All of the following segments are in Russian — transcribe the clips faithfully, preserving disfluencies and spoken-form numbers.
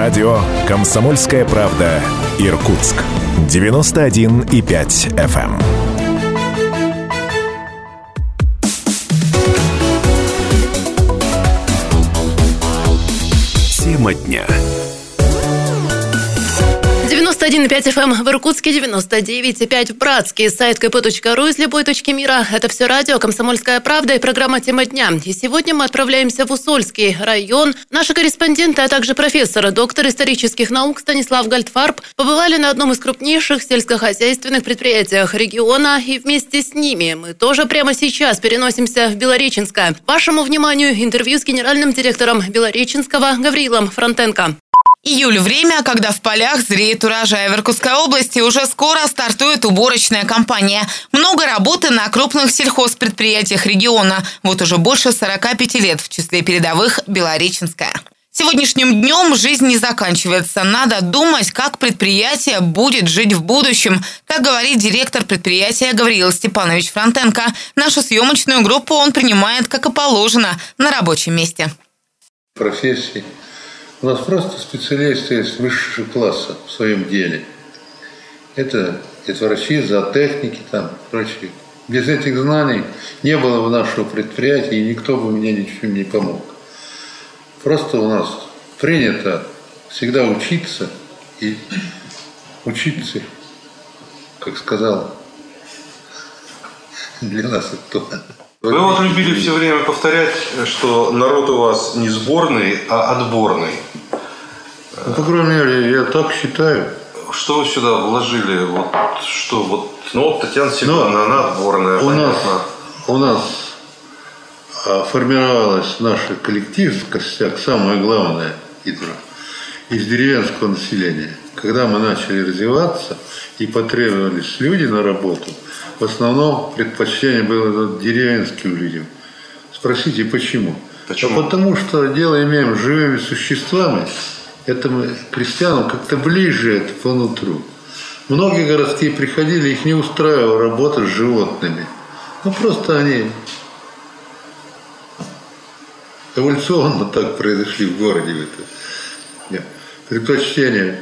Радио «Комсомольская правда» Иркутск. девяносто один и пять эф эм. Тема дня. девяносто один и пять эф эм в Иркутске, девяносто девять и пять в Братске, сайт ка пэ точка ру из любой точки мира. Это все радио «Комсомольская правда» и программа «Тема дня». И сегодня мы отправляемся в Усольский район. Наши корреспонденты, а также профессор, доктор исторических наук Станислав Гальдфарб побывали на одном из крупнейших сельскохозяйственных предприятиях региона, и вместе с ними мы тоже прямо сейчас переносимся в Белореченск. Вашему вниманию интервью с генеральным директором Белореченского Гавриилом Фронтенко. Июль – время, когда в полях зреет урожай. В Иркутской области уже скоро стартует уборочная кампания. Много работы на крупных сельхозпредприятиях региона. Вот уже больше сорока пяти лет, в числе передовых Белореченская. Сегодняшним днем жизнь не заканчивается. Надо думать, как предприятие будет жить в будущем. Так говорит директор предприятия Гавриил Степанович Фронтенко. Нашу съемочную группу он принимает, как и положено, на рабочем месте. Профессии. У нас просто специалисты есть высшего класса в своем деле. Это, это врачи, зоотехники, там, прочие. Без этих знаний не было бы нашего предприятия, и никто бы мне ничем не помог. Просто у нас принято всегда учиться, и учиться, как сказал, для нас это то. Вы вот любили все время повторять, что народ у вас не сборный, а отборный. Ну, по крайней мере, я так считаю. Что вы сюда вложили? Вот, что, вот, ну, вот Татьяна Семеновна, она отборная. У нас, у нас формировалась наша коллектив, костяк, самое главное, из деревенского населения. Когда мы начали развиваться и потребовались люди на работу, в основном предпочтение было деревенским людям. Спросите, почему? Почему? А потому что дело имеем с живыми существами. Это мы крестьянам как-то ближе это по нутру. Многие городские приходили, их не устраивала работа с животными. Ну, просто они эволюционно так произошли в городе. Это предпочтение.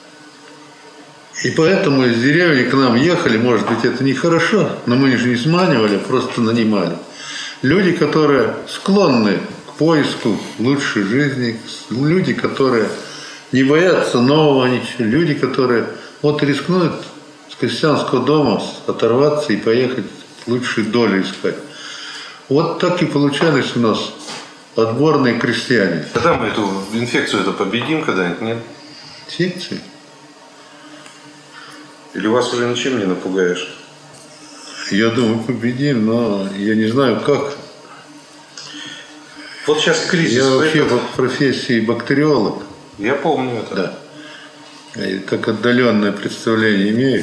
И поэтому из деревни к нам ехали, может быть, это нехорошо, но мы же не сманивали, просто нанимали. Люди, которые склонны к поиску лучшей жизни, люди, которые не боятся нового ничего, люди, которые вот рискнут с крестьянского дома оторваться и поехать лучшую долю искать. Вот так и получались у нас отборные крестьяне. Когда мы эту инфекцию эту победим когда-нибудь, нет? Секции? Или вас уже ничем не напугаешь? Я думаю, победим, но я не знаю, как. Вот сейчас кризис. Я вообще это... по профессии бактериолог. Я помню это. Да. И так отдаленное представление имею,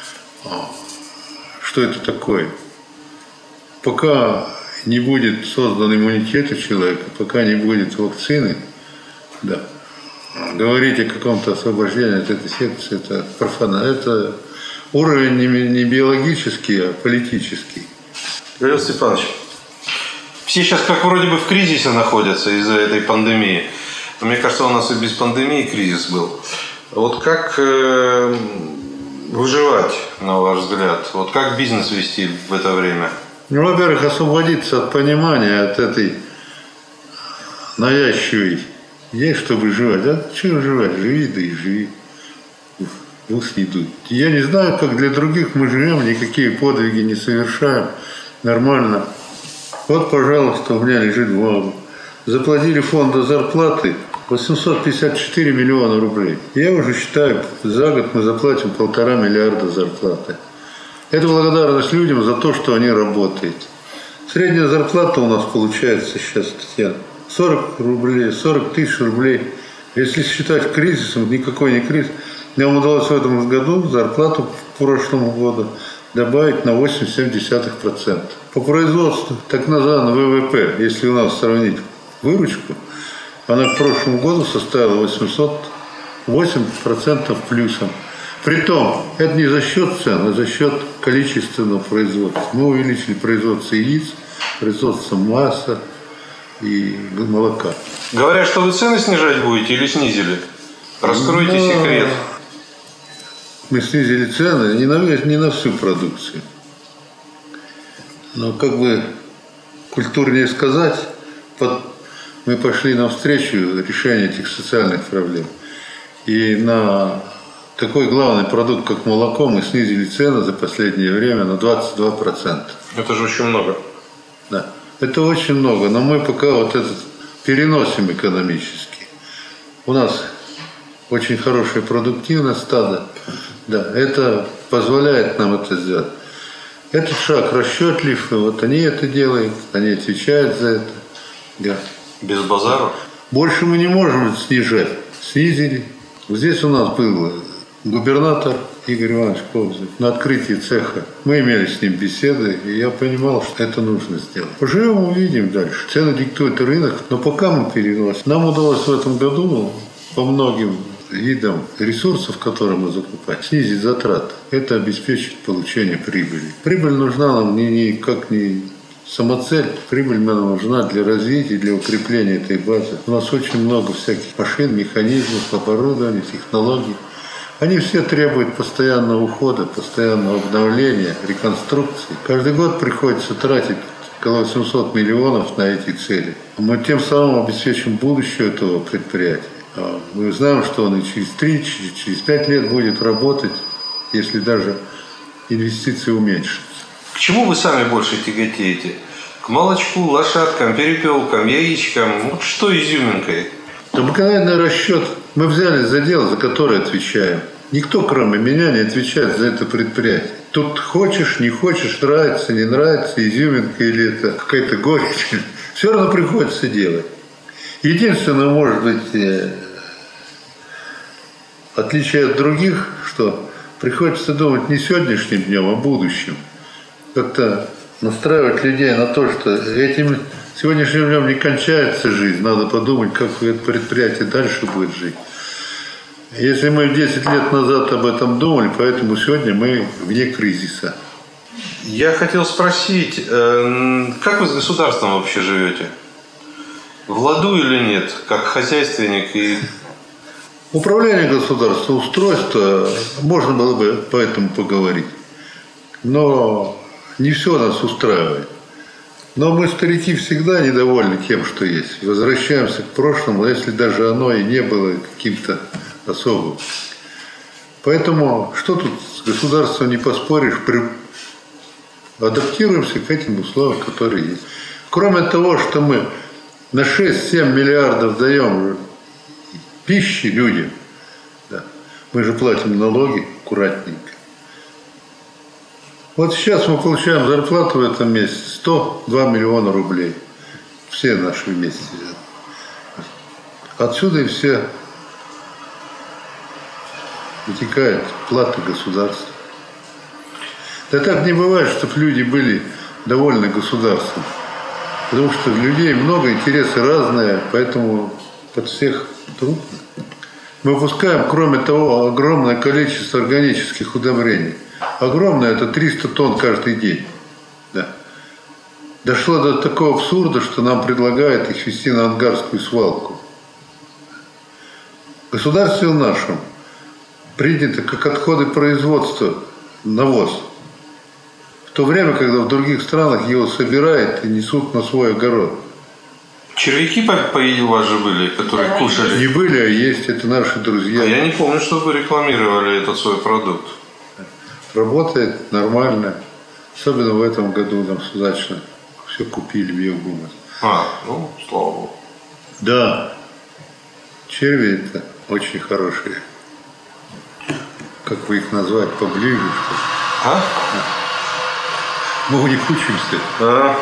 что это такое. Пока не будет создан иммунитет у человека, пока не будет вакцины, да. Говорить о каком-то освобождении от этой секции, это профана. Это уровень не, не биологический, а политический. Гавриил Степанович, все сейчас как вроде бы в кризисе находятся из-за этой пандемии. Но мне кажется, у нас и без пандемии кризис был. Вот как э, выживать, на ваш взгляд? Вот как бизнес вести в это время? Ну, во-первых, освободиться от понимания, от этой навязчивой. Есть, чтобы выживать. А что выживать? Живи, да и живи. В ус не дуй. Я не знаю, как для других мы живем, никакие подвиги не совершаем. Нормально. Вот, пожалуйста, у меня лежит бумага. Заплатили фонду зарплаты восемьсот пятьдесят четыре миллиона рублей. Я уже считаю, за год мы заплатим полтора миллиарда зарплаты. Это благодарность людям за то, что они работают. Средняя зарплата у нас получается сейчас, Татьяна, сорок рублей, сорок тысяч рублей. Если считать кризисом, никакой не кризис. Нам удалось в этом году зарплату в прошлом году добавить на восемь целых семь десятых процента. По производству, так называемый вэ вэ пэ, если у нас сравнить выручку, она к прошлому году составила восемьсот восемь процентов плюсом. Притом, это не за счет цен, а за счет количественного производства. Мы увеличили производство яиц, производство масла и молока. Говорят, что вы цены снижать будете или снизили? Раскройте Но... секрет. Мы снизили цены не на, не на всю продукцию. Но как бы культурнее сказать, под... мы пошли навстречу решению этих социальных проблем. И на такой главный продукт, как молоко, мы снизили цены за последнее время на двадцать два процента. Это же очень много. Да, это очень много, но мы пока вот этот переносим экономически. У нас очень хорошая продуктивность стада. Да, это позволяет нам это сделать. Этот шаг расчетлив, и вот они это делают, они отвечают за это. Да. Без базаров? Больше мы не можем снижать. Снизили. Вот здесь у нас был губернатор Игорь Иванович Кобзев на открытии цеха. Мы имели с ним беседы, и я понимал, что это нужно сделать. Поживем, увидим дальше. Цены диктует рынок, но пока мы переносим. Нам удалось в этом году по многим видам ресурсов, которые мы закупаем, снизить затраты. Это обеспечит получение прибыли. Прибыль нужна нам не, не как не самоцель. Прибыль нам нужна для развития, для укрепления этой базы. У нас очень много всяких машин, механизмов, оборудования, технологий. Они все требуют постоянного ухода, постоянного обновления, реконструкции. Каждый год приходится тратить около восемьсот миллионов на эти цели. Мы тем самым обеспечим будущее этого предприятия. Мы знаем, что он и через три, через пять лет будет работать, если даже инвестиции уменьшатся. К чему вы сами больше тяготеете? К молочку, лошадкам, перепелкам, яичкам? Вот что изюминкой? Обыкновенный расчет. Мы взяли за дело, за которое отвечаем. Никто, кроме меня, не отвечает за это предприятие. Тут хочешь, не хочешь, нравится, не нравится, изюминка или это какая-то горечь. Все равно приходится делать. Единственное, может быть, отличие от других, что приходится думать не сегодняшним днем, а будущим. Как-то настраивать людей на то, что этим сегодняшним днем не кончается жизнь. Надо подумать, как это предприятие дальше будет жить. Если мы десять лет назад об этом думали, поэтому сегодня мы вне кризиса. Я хотел спросить, как вы с государством вообще живете? В ладу или нет, как хозяйственник? И... Управление государства, устройство, можно было бы по этому поговорить. Но не все нас устраивает. Но мы, старики, всегда недовольны тем, что есть. Возвращаемся к прошлому, если даже оно и не было каким-то особым. Поэтому что тут с государством не поспоришь, при... адаптируемся к этим условиям, которые есть. Кроме того, что мы на шесть-семь миллиардов даем пищи людям, да, мы же платим налоги аккуратненько. Вот сейчас мы получаем зарплату в этом месяце сто два миллиона рублей. Все наши вместе. Отсюда и все вытекают платы государства. Да так не бывает, чтобы люди были довольны государством. Потому что у людей много, интересы разные, поэтому под всех трудно. Мы выпускаем, кроме того, огромное количество органических удобрений. Огромное, это триста тонн каждый день. Да. Дошло до такого абсурда, что нам предлагают их везти на ангарскую свалку. В государстве нашем принято как отходы производства навоз. В то время, когда в других странах его собирают и несут на свой огород. Червяки по у вас же были, которые да, кушали? Не были, а есть, это наши друзья. А я не помню, что вы рекламировали этот свой продукт. Работает нормально. Особенно в этом году нам удачно все купили, биогумус. А, ну, слава богу. Да. Черви это очень хорошие. Как вы их назвать, поближе, что ли? А? Мы у них учимся. А.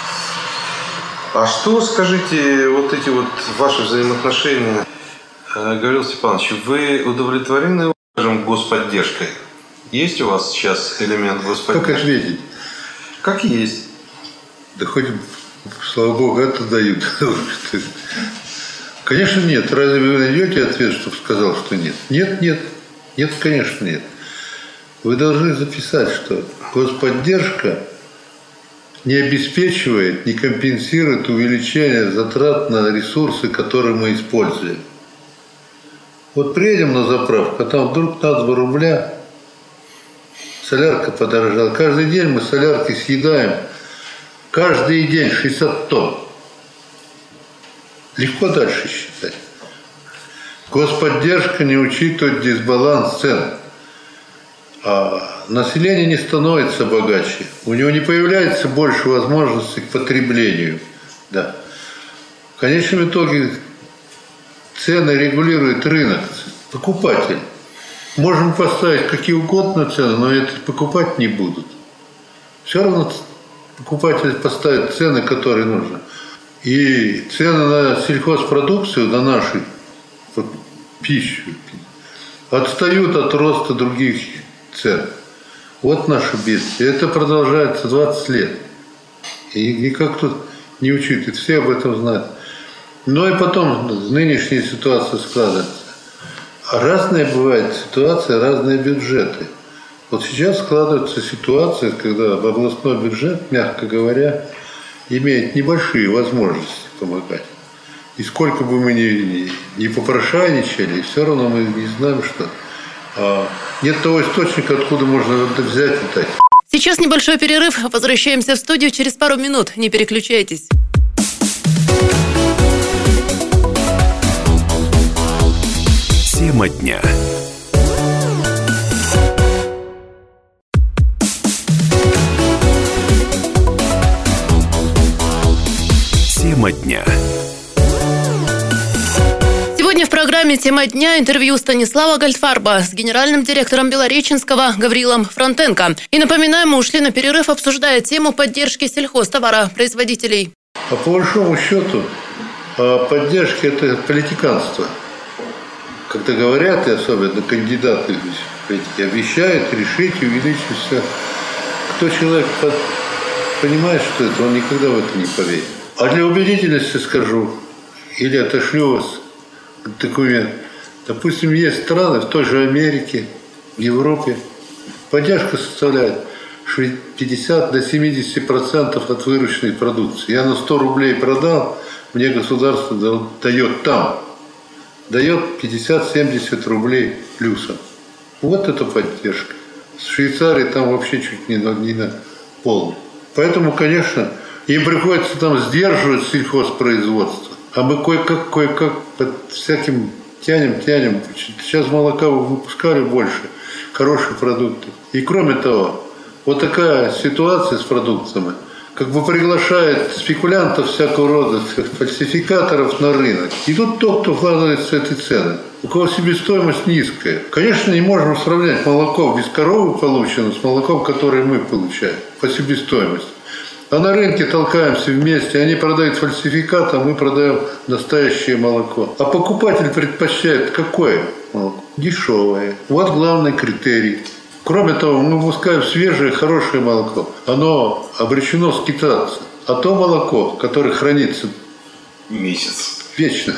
А что, скажите, вот эти вот ваши взаимоотношения, Гаврил Степанович, вы удовлетворены, скажем, господдержкой? Есть у вас сейчас элемент господдержки? Как ответить? Как есть. Да хоть, слава богу, это дают. Конечно, нет. Разве вы найдете ответ, чтобы сказал, что нет? Нет, нет. Нет, конечно, нет. Вы должны записать, что господдержка не обеспечивает, не компенсирует увеличение затрат на ресурсы, которые мы используем. Вот приедем на заправку, а там вдруг на два рубля солярка подорожала. Каждый день мы солярки съедаем. Каждый день шестьдесят тонн. Легко дальше считать. Господдержка не учитывает дисбаланс цен. А население не становится богаче. У него не появляется больше возможностей к потреблению. Да. В конечном итоге цены регулирует рынок, покупатель. Можем поставить какие угодно цены, но это покупать не будут. Все равно покупатель поставит цены, которые нужны. И цены на сельхозпродукцию, на нашу пищу, отстают от роста других цен. Вот наше бедствие. Это продолжается двадцать лет. И никак тут не учитывают. Все об этом знают. Ну и потом нынешняя ситуация складывается. Разные бывают ситуации, разные бюджеты. Вот сейчас складывается ситуация, когда областной бюджет, мягко говоря, имеет небольшие возможности помогать. И сколько бы мы ни, ни попрошайничали, все равно мы не знаем, что а, нет того источника, откуда можно это взять и дать. Сейчас небольшой перерыв. Возвращаемся в студию через пару минут. Не переключайтесь. Тема дня. Тема дня. Сегодня в программе «Тема дня» интервью Станислава Гольдфарба с генеральным директором Белореченского Гаврилом Фронтенко. И напоминаем, мы ушли на перерыв, обсуждая тему поддержки сельхозтоваропроизводителей. А по большому счету поддержка – это политиканство. Когда говорят, и особенно кандидаты обещают решить и увеличить все. Кто человек понимает, что это, он никогда в это не поверит. А для убедительности скажу, или отошлю вас документ. Допустим, есть страны в той же Америке, в Европе. Поддержка составляет пятьдесят до семидесяти процентов от вырученной продукции. Я на сто рублей продал, мне государство дает там. Дает пятьдесят-семьдесят рублей плюсом. Вот это поддержка. В Швейцарии там вообще чуть не на, не на полную. Поэтому, конечно, им приходится там сдерживать сельхозпроизводство. А мы кое-как, кое-как под всяким тянем, тянем. Сейчас молока выпускали больше, хорошие продукты. И кроме того, вот такая ситуация с продуктами как бы приглашает спекулянтов всякого рода, фальсификаторов на рынок. И тут тот, кто вкладывается в эти цены, у кого себестоимость низкая. Конечно, не можем сравнять молоко без коровы полученное с молоком, которое мы получаем по себестоимости. А на рынке толкаемся вместе, они продают фальсификат, а мы продаем настоящее молоко. А покупатель предпочитает какое молоко? Дешевое. Вот главный критерий. Кроме того, мы выпускаем свежее, хорошее молоко. Оно обречено скитаться. А то молоко, которое хранится месяц, вечно.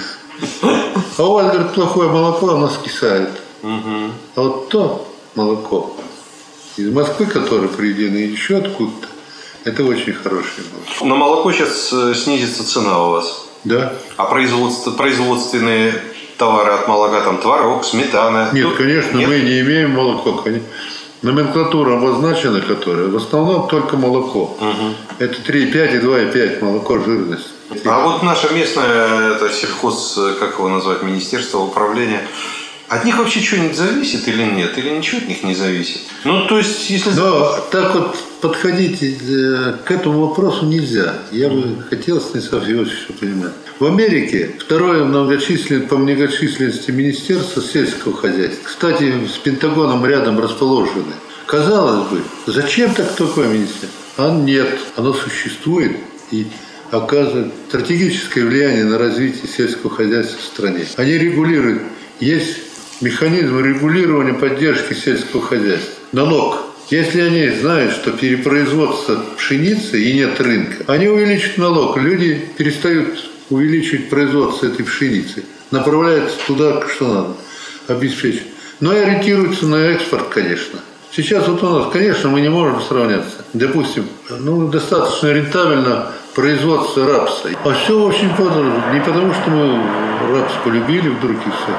А у вас, говорит, плохое молоко, оно скисает. А вот то молоко из Москвы, которое приведено еще откуда-то, это очень хорошее молоко. На молоко сейчас снизится цена у вас? Да. А производство, производственные товары от молока, там творог, сметана? Нет, Тут... конечно, Нет? мы не имеем молоко. Номенклатура обозначена, которая в основном только молоко. Угу. Это три и пять и два и пять молоко, жирность. А вот наше местное это сельхоз, как его назвать, министерство, управление, от них вообще что-нибудь зависит или нет? Или ничего от них не зависит? Ну, то есть, если... Но так вот подходить к этому вопросу нельзя. Я бы хотел, Станислав Иосифович, понимать. В Америке второе многочислен, по многочисленности министерство сельского хозяйства. Кстати, с Пентагоном рядом расположены. Казалось бы, зачем так такое министерство? А нет, оно существует и оказывает стратегическое влияние на развитие сельского хозяйства в стране. Они регулируют. Есть механизм регулирования поддержки сельского хозяйства. Налог. Если они знают, что перепроизводство пшеницы и нет рынка, они увеличат налог. Люди перестают увеличивать производство этой пшеницы. Направляются туда, что надо. Обеспечить. Но и ориентируются на экспорт, конечно. Сейчас вот у нас, конечно, мы не можем сравняться. Допустим, ну, достаточно рентабельно производство рапса. А все очень просто. Не потому, что мы рапс полюбили вдруг и все.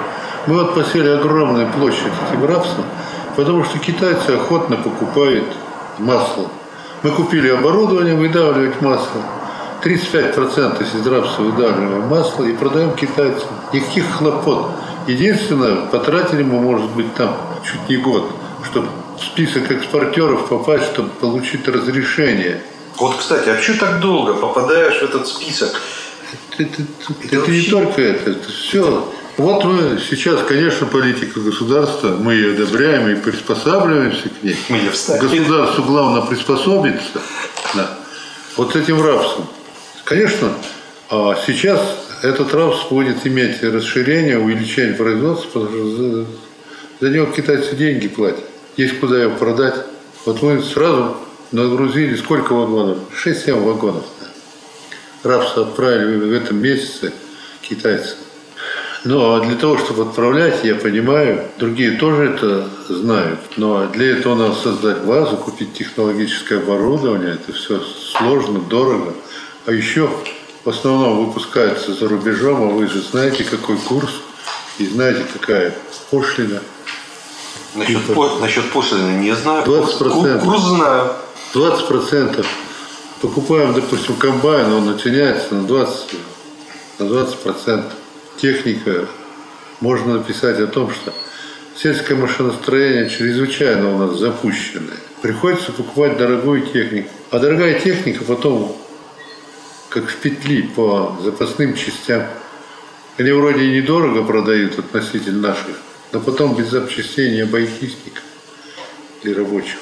Мы вот посели огромную площадь этим рапсом, потому что китайцы охотно покупают масло. Мы купили оборудование выдавливать масло. тридцать пять процентов из рапса выдавливаем масло и продаем китайцам. Никаких хлопот. Единственное, потратили мы, может быть, там чуть не год, чтобы в список экспортеров попасть, чтобы получить разрешение. Вот, кстати, а почему так долго попадаешь в этот список? Это, это, это, это не только это, это все. Вот мы сейчас, конечно, политика государства, мы ее одобряем и приспосабливаемся к ней. Мы ее вставим. Государству главное приспособиться. Да. Вот с этим рапсом. Конечно, сейчас этот рапс будет иметь расширение, увеличение производства, потому что за, за него китайцы деньги платят. Есть куда его продать. Вот мы сразу нагрузили сколько вагонов? шесть-семь вагонов. Да. Рапса отправили в этом месяце китайцы. Ну, а для того, чтобы отправлять, я понимаю, другие тоже это знают, но для этого надо создать базу, купить технологическое оборудование, это все сложно, дорого. А еще в основном выпускается за рубежом, а вы же знаете, какой курс, и знаете, какая пошлина. Насчет, по, насчет пошлины не знаю, двадцать процентов. Курс знаю. двадцать процентов. Покупаем, допустим, комбайн, он натяняется на двадцать, на двадцать процентов. Техника, можно написать о том, что сельское машиностроение чрезвычайно у нас запущенное. Приходится покупать дорогую технику. А дорогая техника потом, как в петли по запасным частям. Они вроде и недорого продают относительно наших, но потом без запчастей не обойтись никак для рабочих.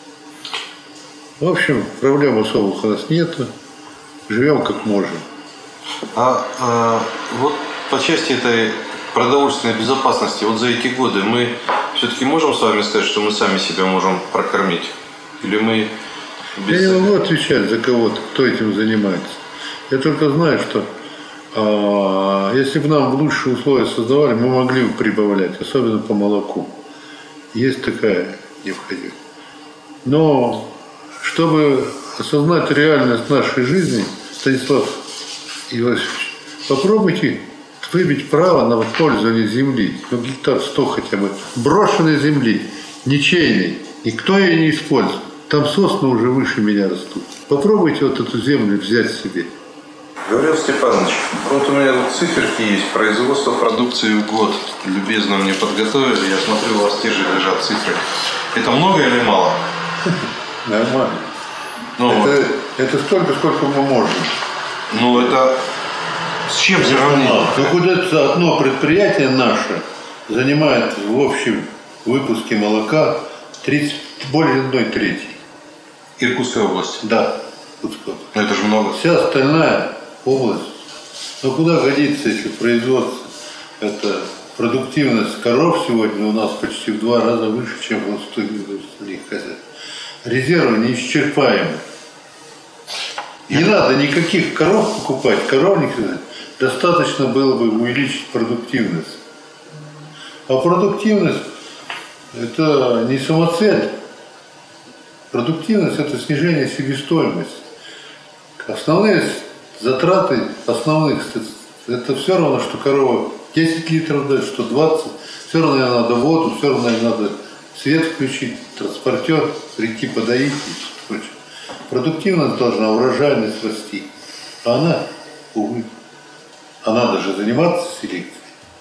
В общем, проблем особых у нас нету. Живем как можем. А, а вот по части этой продовольственной безопасности, вот за эти годы мы все-таки можем с вами сказать, что мы сами себя можем прокормить? Или мы без... Я не могу отвечать за кого-то, кто этим занимается. Я только знаю, что а, если бы нам лучшие условия создавали, мы могли бы прибавлять, особенно по молоку. Есть такая необходимость. Но чтобы осознать реальность нашей жизни, Станислав Иосифович, попробуйте выбить право на пользование земли. Ну, гектар сто хотя бы. Брошенной земли, ничейной. Никто ее не использует. Там сосны уже выше меня растут. Попробуйте вот эту землю взять себе. Гаврил Степанович, вот у меня тут циферки есть. Производство продукции в год. Любезно мне подготовили. Я смотрю, у вас те же лежат цифры. Это много или мало? Нормально. Ну, это, вот. это столько, сколько мы можем. Ну, это с чем сравнить? Ну, куда-то одно предприятие наше занимает в общем выпуске молока тридцать, более одной трети. Иркутская область? Да. Ну, это же много. Вся остальная область. Но куда годится, если производство, это продуктивность коров сегодня у нас почти в два раза выше, чем в остальных хозяйств. Резервы неисчерпаемы. Не надо никаких коров покупать, коровников. Достаточно было бы увеличить продуктивность. А продуктивность – это не самоцель. Продуктивность – это снижение себестоимости. Основные затраты основных – это все равно, что корова десять литров дает, что двадцать. Все равно ей надо воду, все равно ей надо свет включить, транспортер, прийти подоить и прочее. Продуктивность должна, урожайность расти. А она, увы, а надо же заниматься селекцией.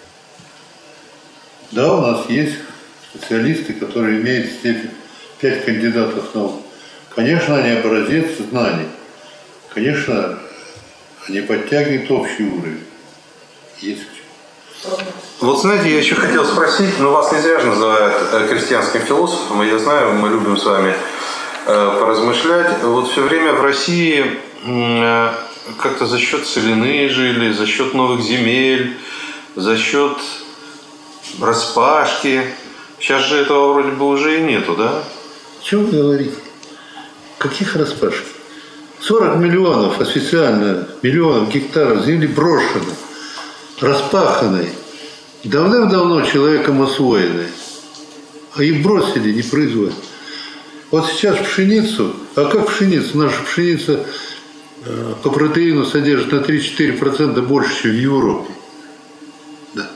Да, у нас есть специалисты, которые имеют степень пять кандидатов наук. Конечно, они образец знаний. Конечно, они подтягивают общий уровень. Есть к чему. Вот знаете, я еще хотел спросить, но вас не зря же называют крестьянским философом, и я знаю, мы любим с вами поразмышлять. Вот все время в России как-то за счет целины жили, за счет новых земель, за счет распашки. Сейчас же этого вроде бы уже и нету, да? Чего вы говорите? Каких распашек? сорок миллионов официально, миллионов гектаров земли брошены, распаханной, давным-давно человеком освоенной. А их бросили, не производят. Вот сейчас пшеницу, а как пшеницу? Наша пшеница э, по протеину содержит на три-четыре процента больше, чем в Европе. Да.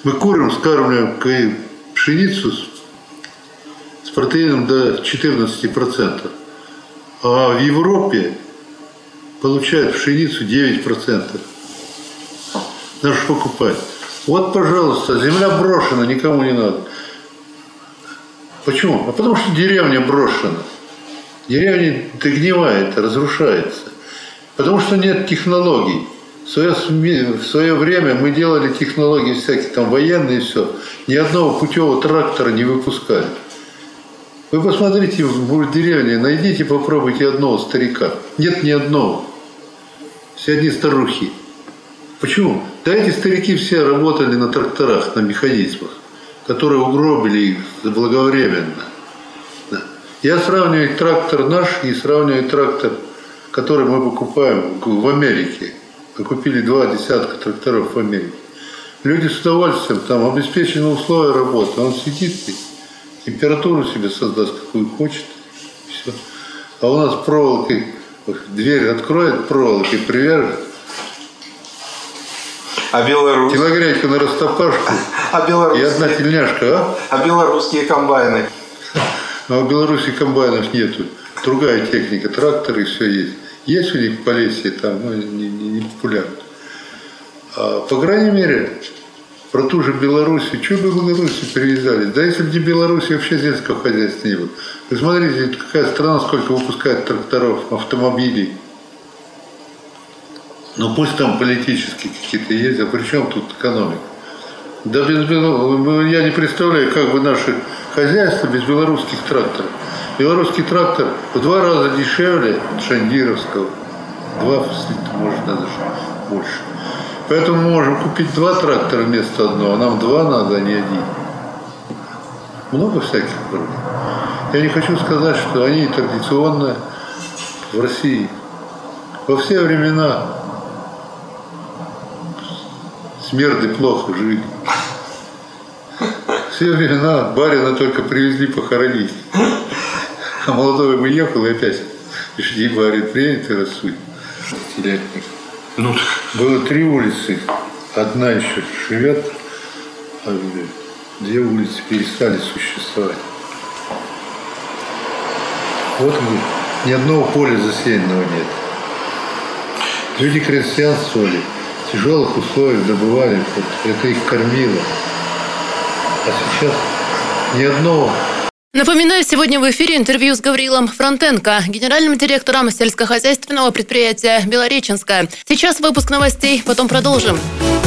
Мы курам скармливаем пшеницу с протеином до четырнадцати процентов. А в Европе получают пшеницу девять процентов. Надо же покупать. Вот, пожалуйста, земля брошена, никому не надо. Почему? А потому что деревня брошена. Деревня догнивает, разрушается. Потому что нет технологий. В свое, в свое время мы делали технологии всякие, там военные, все. Ни одного путевого трактора не выпускали. Вы посмотрите в деревне, найдите, попробуйте одного старика. Нет ни одного. Все одни старухи. Почему? Да эти старики все работали на тракторах, на механизмах, которые угробили их заблаговременно. Да. Я сравниваю трактор наш и сравниваю трактор, который мы покупаем в Америке. Мы купили два десятка тракторов в Америке. Люди с удовольствием, там обеспечены условия работы. Он сидит и температуру себе создаст, какую хочет. Все. А у нас проволокой, дверь откроет, проволокой привяжет. А Беларусь? Телогрейку на растопашку. А Беларусь? И одна тельняшка, а? А белорусские комбайны? А в Беларуси комбайнов нету. Другая техника, тракторы, все есть. Есть у них в Полесье, там, ну, не, не, не популярно. А, по крайней мере, про ту же Белоруссию, что бы в Беларуси привязались? Да если бы не Беларусь, вообще сельского хозяйства не было. Вы смотрите, какая страна, сколько выпускает тракторов, автомобилей. Ну пусть там политические какие-то есть, а при чем тут экономика? Да без, я не представляю, как бы наше хозяйство без белорусских тракторов. Белорусский трактор в два раза дешевле шандировского. Два, может, даже больше. Поэтому мы можем купить два трактора вместо одного, а нам два надо, а не один. Много всяких проблем. Я не хочу сказать, что они традиционно в России. Во все времена смерды плохо жили. Все времена барина только привезли, похоронить. А молодой бы ехал и опять жди, барин приедет и рассудит. Ну, было три улицы. Одна еще живет, а две улицы перестали существовать. Вот ни одного поля засеянного нет. Люди крестьянствовали, в тяжелых условиях добывали, вот это их кормило. А сейчас ни одного. Напоминаю, сегодня в эфире интервью с Гаврилом Фронтенко, генеральным директором сельскохозяйственного предприятия «Белореченское». Сейчас выпуск новостей, потом продолжим.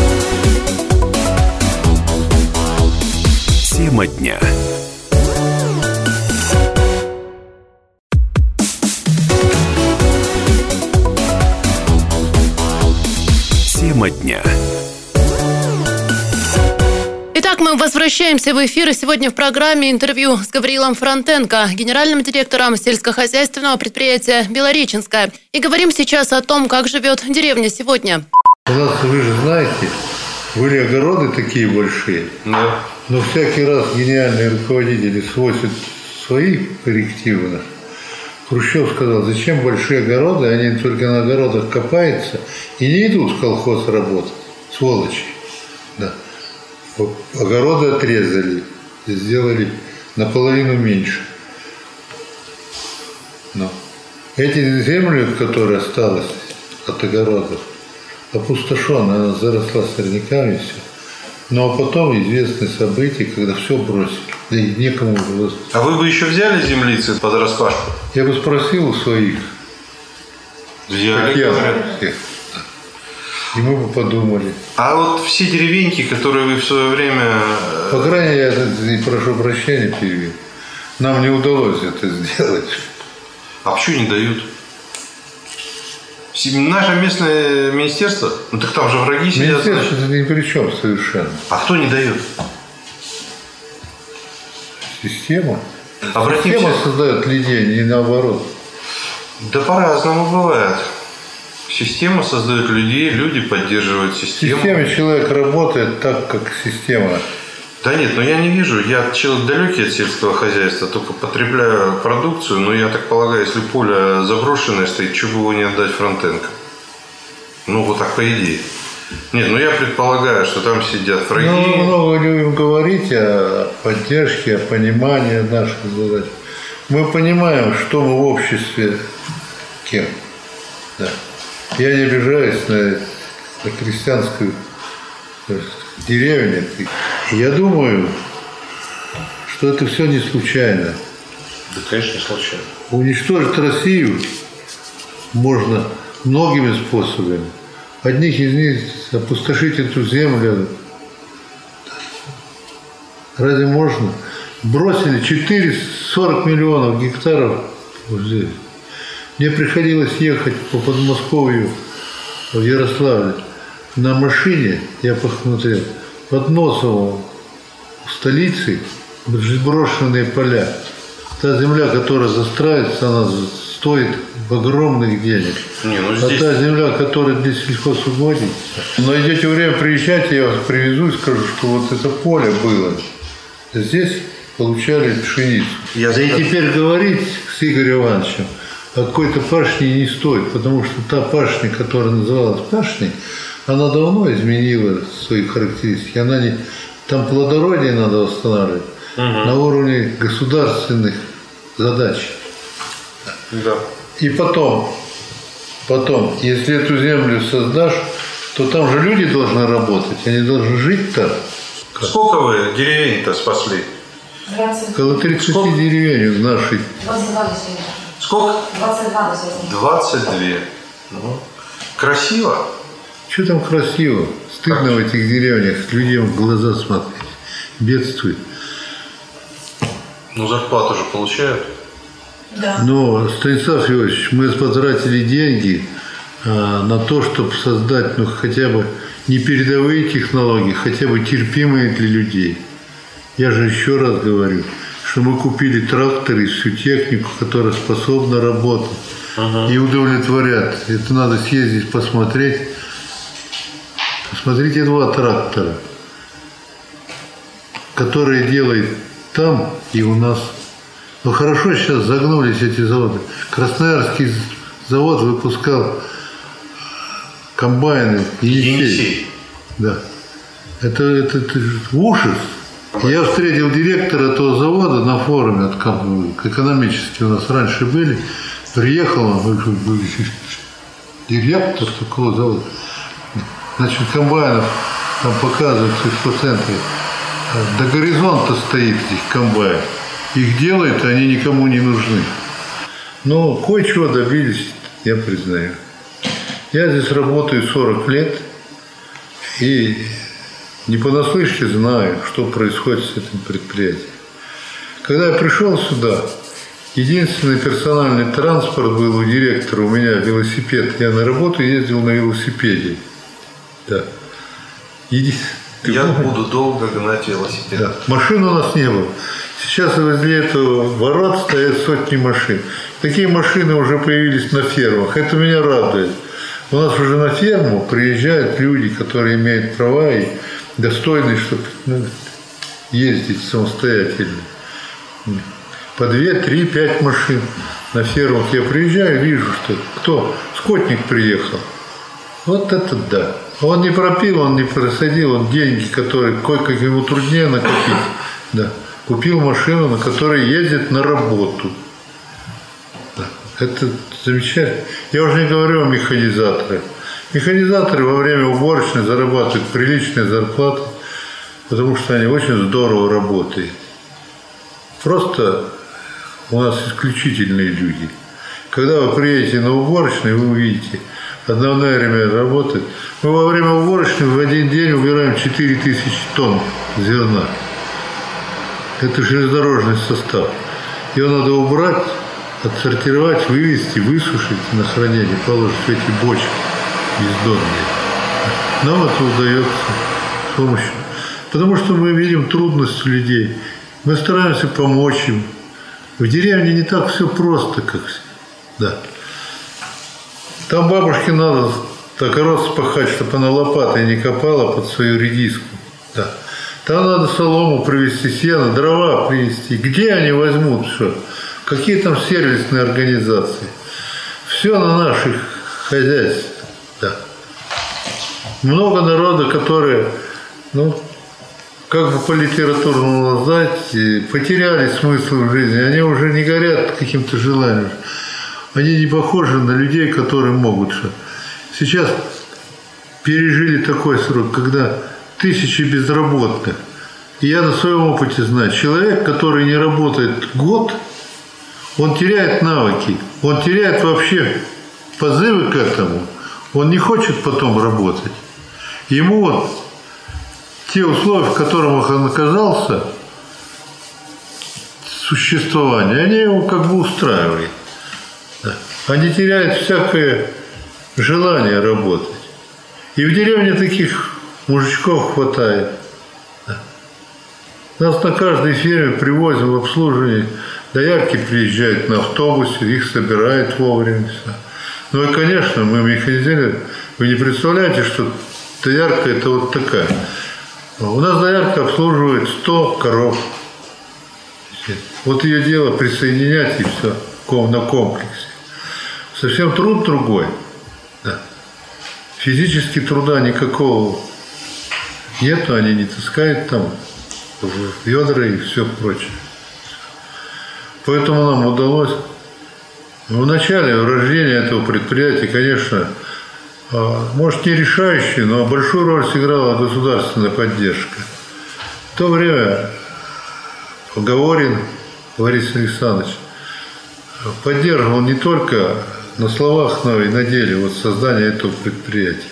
Тема дня. Тема дня. Итак, мы возвращаемся в эфир. И сегодня в программе интервью с Гаврилом Фронтенко, генеральным директором сельскохозяйственного предприятия «Белореченское». И говорим сейчас о том, как живет деревня сегодня. У нас, вы же знаете, были огороды такие большие. Да. Но всякий раз гениальные руководители сводят свои коррективы. Хрущев сказал, зачем большие огороды, они только на огородах копаются и не идут в колхоз работать. Сволочи. Да. Огороды отрезали, сделали наполовину меньше. Но эти земли, которые осталось от огородов, опустошенная, она заросла сорняками и все. Но потом известны события, когда все бросили. Да и некому было. А вы бы еще взяли землицы под распашку? Я бы спросил у своих. Взяли, говорят. Всех. И мы бы подумали. А вот все деревеньки, которые вы в свое время... По крайней мере, я прошу прощения, перевел. Нам не удалось это сделать. А почему не дают? Наше местное министерство? Ну так там же враги сидят. Министерство ни при чем совершенно. А кто не дает? Система. Обратимся... Система создает людей, не наоборот. Да по-разному бывает. Система создает людей, люди поддерживают систему. В системе человек работает так, как система. Да нет, ну я не вижу. Я человек далекий от сельского хозяйства, только потребляю продукцию. Но я так полагаю, если поле заброшенное стоит, чего бы его не отдать Фронтенко? Ну вот так по идее. Нет, ну я предполагаю, что там сидят враги. Ну, много любим говорить о поддержке, о понимании наших задач. Мы понимаем, что мы в обществе кем. Да. Я не обижаюсь на, на крестьянскую деревню. Я думаю, что это все не случайно. Да, конечно, не случайно. Уничтожить Россию можно многими способами. Одних из них опустошить эту землю. Разве можно? Бросили четыреста сорок миллионов гектаров. Мне приходилось ехать по Подмосковью в Ярославле на машине, я посмотрел, под носом в столице брошенные поля. Та земля, которая застраивается, она стоит огромных денег. Не, ну здесь... А та земля, которая для сельхозугодий. Найдете время, приезжайте, я вас привезу и скажу, что вот это поле было. Здесь получали пшеницу. Я да и теперь говорить с Игорем Ивановичем о какой-то пашне не стоит, потому что та пашня, которая называлась пашней, она давно изменила свои характеристики. Она не... Там плодородие надо восстанавливать угу. на уровне государственных задач. Да. И потом, потом, если эту землю создашь, то там же люди должны работать, они должны жить там. Сколько вы деревень-то спасли? двадцать. Около тридцати Сколько? Деревень в нашей. двадцать два до сегодня. Сколько? двадцать два до сегодня. двадцать два. Ну, красиво. Что там красиво? Стыдно как? В этих деревнях людям в глаза смотреть. Бедствует. Ну, зарплату же получают. Да. Но, Станислав Львович, мы потратили деньги а, на то, чтобы создать, ну, хотя бы не передовые технологии, хотя бы терпимые для людей. Я же еще раз говорю, что мы купили тракторы и всю технику, которая способна работать ага. и удовлетворять. Это надо съездить, посмотреть. Посмотрите два трактора, которые делают там и у нас. Но хорошо сейчас загнулись эти заводы. Красноярский завод выпускал комбайны Енисей. Енисей. Да. Это, это, это ужас. Я встретил директора этого завода на форуме, экономически у нас раньше были. Приехал он, директор такого завода. Значит, комбайнов там показывают в сельхозцентре. До горизонта стоит этих комбайнов. Их делают, и они никому не нужны. Но кое-чего добились, я признаю. Я здесь работаю сорок лет и не понаслышке знаю, что происходит с этим предприятием. Когда я пришел сюда, единственный персональный транспорт был у директора, у меня велосипед. Я на работу ездил на велосипеде. Да. Еди... Я буду долго гнать велосипед. Да. Машин у нас не было. Сейчас возле этого ворот стоят сотни машин. Такие машины уже появились на фермах. Это меня радует. У нас уже на ферму приезжают люди, которые имеют права и достойные, чтобы ну, ездить самостоятельно. По две, три, пять машин на фермах. Я приезжаю, вижу, что кто? Скотник приехал. Вот это да. Он не пропил, он не просадил, он деньги, которые кое-как ему труднее накопить. Да. Купил машину, на которой ездит на работу. Да. Это замечательно. Я уже не говорю о механизаторах. Механизаторы во время уборочной зарабатывают приличные зарплаты, потому что они очень здорово работают. Просто у нас исключительные люди. Когда вы приедете на уборочный, вы увидите, основное время работает. Мы во время уборочной в один день убираем четыре тысячи тонн зерна. Это железнодорожный состав. Ее надо убрать, отсортировать, вывести, высушить на хранение, положить в эти бочки бездонные. Нам это удается с помощью. Потому что мы видим трудности людей. Мы стараемся помочь им. В деревне не так все просто, как да. Там бабушке надо огород спахать, чтобы она лопатой не копала под свою редиску. Да. Там надо солому привезти, сено, дрова привезти. Где они возьмут все? Какие там сервисные организации? Все на наших хозяйствах. Да. много народа, которые, ну, как бы по литературному назвать, потеряли смысл в жизни. Они уже не горят каким-то желанием. Они не похожи на людей, которые могут. Сейчас пережили такой срок, когда тысячи безработных. И я на своем опыте знаю, человек, который не работает год, он теряет навыки, он теряет вообще позывы к этому, он не хочет потом работать. Ему вот те условия, в которых он оказался, существование, они его как бы устраивают. Они теряют всякое желание работать. И в деревне таких мужичков хватает. Нас на каждой ферме привозим в обслуживание. Доярки приезжают на автобусе, их собирают вовремя. Ну и, конечно, мы механизировали. Вы не представляете, что доярка – это вот такая. У нас доярка обслуживает сто коров. Вот ее дело присоединять и все на комплексе. Совсем труд другой. Да. Физически труда никакого нету, они не таскают там ведра и все прочее. Поэтому нам удалось в начале рождения этого предприятия, конечно, может, не решающую, но большую роль сыграла государственная поддержка. В то время Гаворин Борис Александрович поддерживал не только на словах, но и на деле вот создание этого предприятия.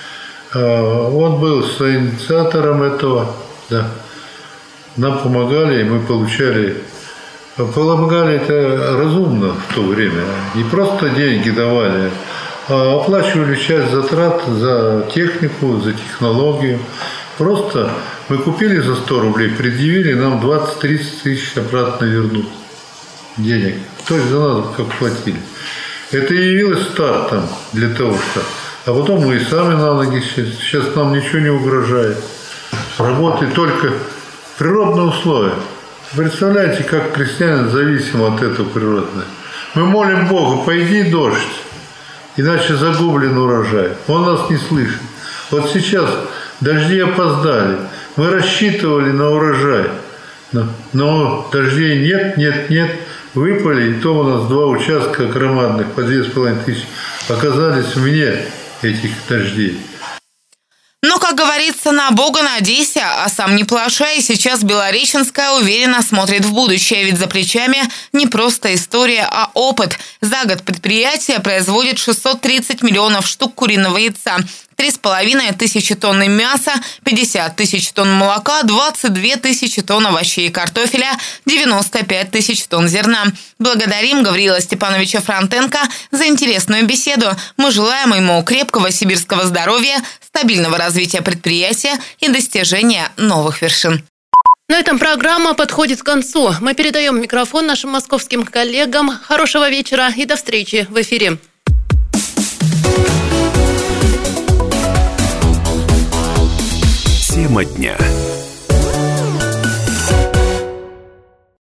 Он был соинициатором этого, да. Нам помогали, и мы получали, помогали это разумно в то время, не просто деньги давали, а оплачивали часть затрат за технику, за технологию. Просто мы купили за сто рублей, предъявили, нам двадцать-тридцать тысяч обратно вернут денег. То есть за нас как платили. Это и явилось стартом для того, что... А потом мы и сами на ноги сейчас. Сейчас нам ничего не угрожает. Работает только природные условия. Представляете, как крестьянин зависим от этого природного. Мы молим Бога, пойди дождь, иначе загублен урожай. Он нас не слышит. Вот сейчас дожди опоздали. Мы рассчитывали на урожай. Но, но дождей нет, нет, нет. Выпали, и то у нас два участка громадных по две с половиной тысячи оказались вне этих дождей. Но, как говорится, на Бога надейся, а сам не плашай. Сейчас Белореченская уверенно смотрит в будущее, ведь за плечами не просто история, а опыт. За год предприятие производит шестьсот тридцать миллионов штук куриного яйца, три с половиной тысячи тонн мяса, пятьдесят тысяч тонн молока, двадцать две тысячи тонн овощей и картофеля, девяносто пять тысяч тонн зерна. Благодарим Гавриила Степановича Фронтенко за интересную беседу. Мы желаем ему крепкого сибирского здоровья, стабильного развития предприятия и достижения новых вершин. На этом программа подходит к концу. Мы передаем микрофон нашим московским коллегам. Хорошего вечера и до встречи в эфире. Тема дня.